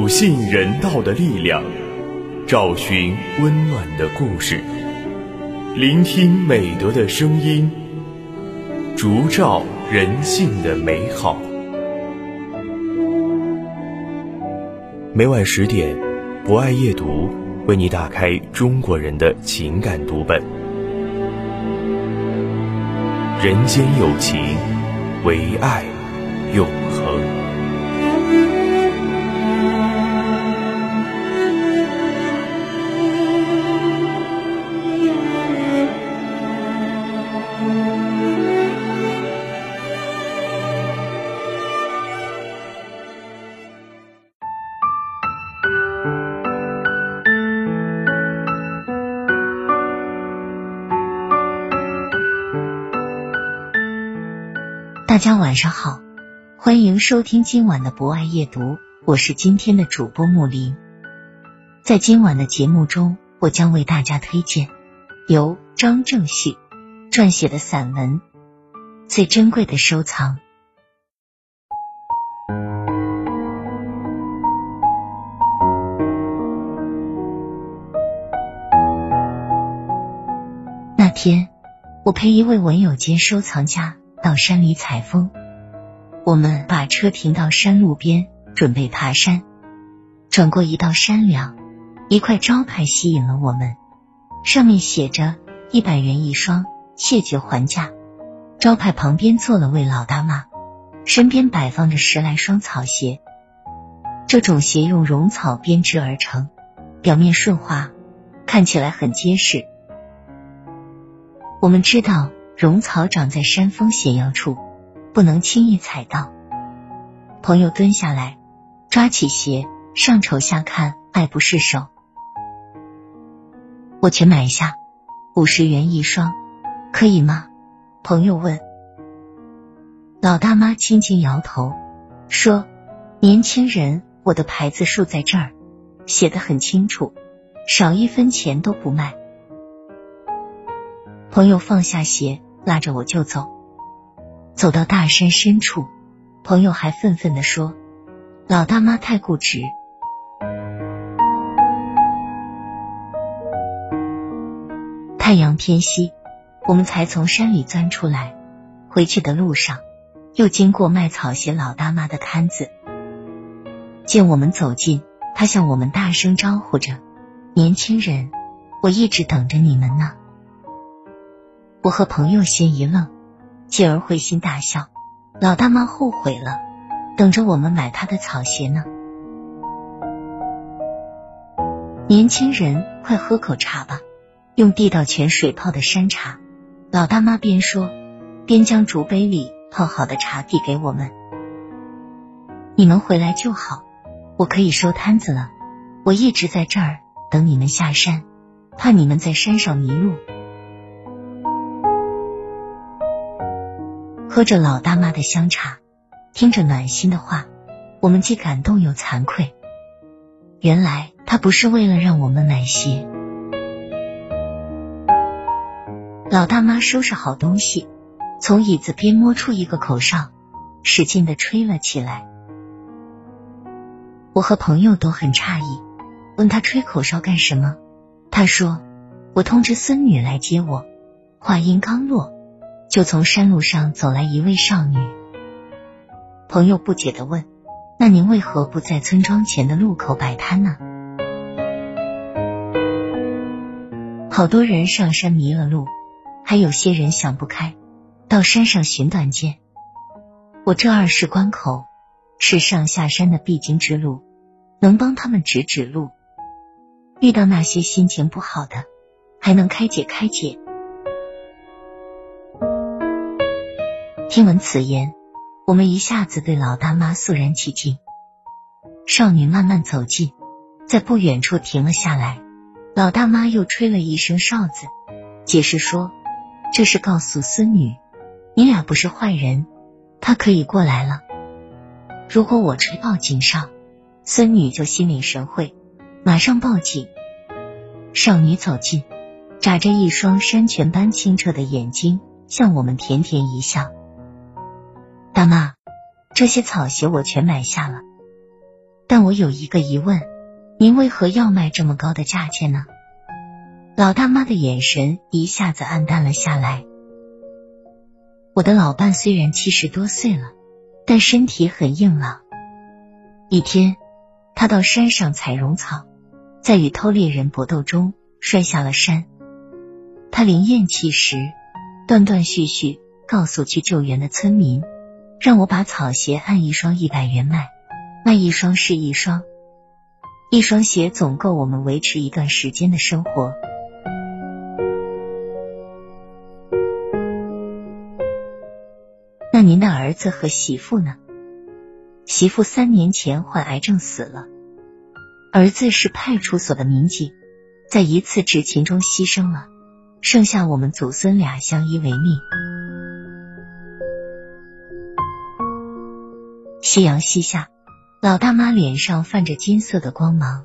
笃信人道的力量，找寻温暖的故事，聆听美德的声音，烛照人性的美好。每晚10点，博爱夜读为你打开中国人的情感读本。人间有情，唯爱永恒。 大家晚上好，欢迎收听今晚的博爱夜读，我是今天的主播木林。在今晚的节目中，我将为大家推荐由张正旭撰写的散文《最珍贵的收藏》。那天，我陪一位文友兼收藏家到山里采风，我们把车停到山路边，准备爬山。转过一道山梁，一块招牌吸引了我们，上面写着100元一双，谢绝还价。招牌旁边坐了位老大妈，身边摆放着10来双草鞋。这种鞋用绒草编织而成，表面顺滑，看起来很结实。我们知道绒草长在山峰险要处，不能轻易踩到。朋友蹲下来，抓起鞋，上瞅下看，爱不释手。我全买下，50元一双，可以吗？朋友问。老大妈轻轻摇头，说：年轻人，我的牌子竖在这儿，写得很清楚，少1分钱都不卖。朋友放下鞋，拉着我就走。走到大山深处，朋友还愤愤地说：老大妈太固执。太阳偏西，我们才从山里钻出来。回去的路上，又经过卖草鞋老大妈的摊子。见我们走近，她向我们大声招呼着：年轻人，我一直等着你们呢。我和朋友先一愣，继而会心大笑，老大妈后悔了，等着我们买她的草鞋呢。年轻人，快喝口茶吧，用地道泉水泡的山茶。老大妈边说边将竹杯里泡好的茶递给我们。你们回来就好，我可以收摊子了。我一直在这儿等你们下山，怕你们在山上迷路。喝着老大妈的香茶，听着暖心的话，我们既感动又惭愧。原来她不是为了让我们买鞋。老大妈收拾好东西，从椅子边摸出一个口哨，使劲地吹了起来。我和朋友都很诧异，问她吹口哨干什么。她说：我通知孙女来接我。话音刚落，就从山路上走来一位少女。朋友不解地问：那您为何不在村庄前的路口摆摊呢？好多人上山迷了路，还有些人想不开，到山上寻短见。我这20关口是上下山的必经之路，能帮他们指指路。遇到那些心情不好的，还能开解开解。听闻此言，我们一下子对老大妈肃然起敬。少女慢慢走近，在不远处停了下来。老大妈又吹了一声哨子，解释说：这是告诉孙女，你俩不是坏人，她可以过来了。如果我吹报警哨，孙女就心领神会，马上报警。少女走近，眨着一双山泉般清澈的眼睛，向我们甜甜一笑。大妈，这些草鞋我全买下了。 但我有一个疑问，您为何要卖这么高的价钱呢？老大妈的眼神一下子暗淡了下来。我的老伴虽然70多岁了，但身体很硬朗。一天，他到山上采绒草，在与偷猎人搏斗中摔下了山。他临咽气时，断断续续告诉去救援的村民，让我把草鞋按一双100元卖，卖一双是一双，一双鞋总够我们维持一段时间的生活。那您的儿子和媳妇呢？媳妇3年前患癌症死了，儿子是派出所的民警，在一次执勤中牺牲了，剩下我们祖孙俩相依为命。夕阳西下，老大妈脸上泛着金色的光芒。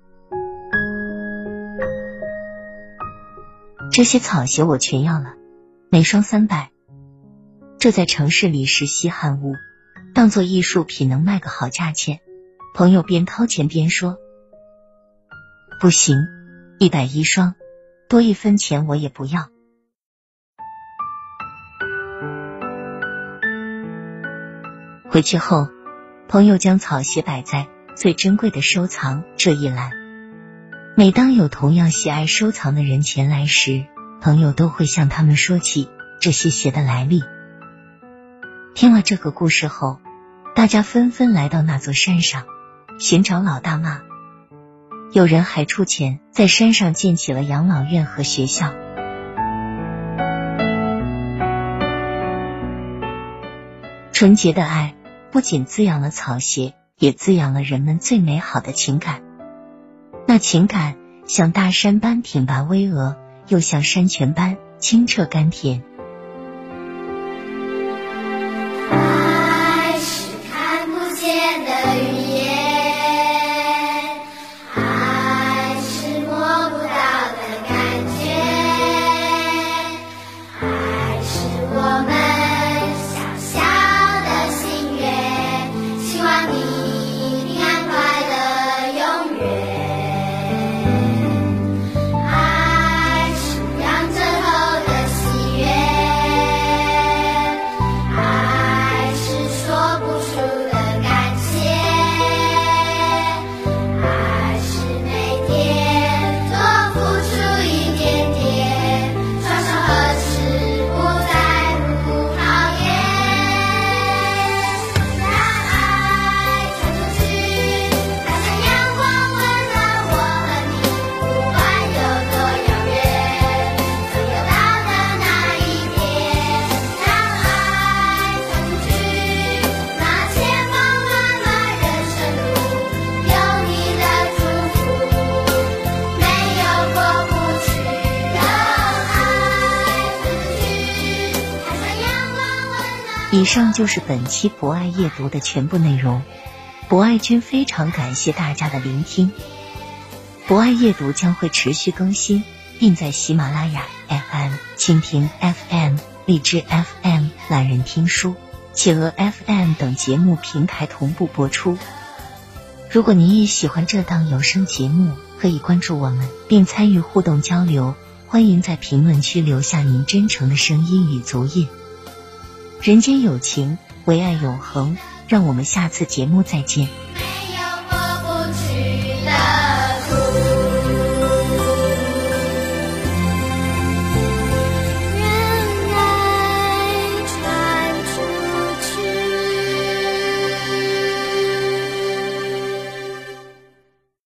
这些草鞋我全要了，每双300。这在城市里是稀罕物，当做艺术品能卖个好价钱。朋友边掏钱边说，不行，110双，多1分钱我也不要。回去后，朋友将草鞋摆在最珍贵的收藏这一栏。每当有同样喜爱收藏的人前来时，朋友都会向他们说起这些鞋的来历。听了这个故事后，大家纷纷来到那座山上寻找老大妈，有人还出钱在山上建起了养老院和学校。纯洁的爱不仅滋养了草鞋，也滋养了人们最美好的情感。那情感像大山般挺拔巍峨，又像山泉般清澈甘甜。 爱是看不见的语言，爱是摸不到的感觉，爱是我们小小的心愿，希望你平安快乐永远。爱是让最后的喜悦，爱是说不出的感谢，爱是每天多付出一点点，双手合十不在乎考验，让爱传出去，好像阳光温暖我和你，不管有多遥远，总有到的那一天。让爱传出去，那前方漫漫人生路，有你的祝福，没有过不去。让爱传出去，好像阳光温暖。 以上就是本期博爱夜读的全部内容。博爱君非常感谢大家的聆听。博爱夜读将会持续更新，并在喜马拉雅 FM、蜻蜓 FM、荔枝 FM、懒人听书、企鹅 FM 等节目平台同步播出。如果您也喜欢这档有声节目，可以关注我们并参与互动交流，欢迎在评论区留下您真诚的声音与足印。人间有情，唯爱永恒，让我们下次节目再见。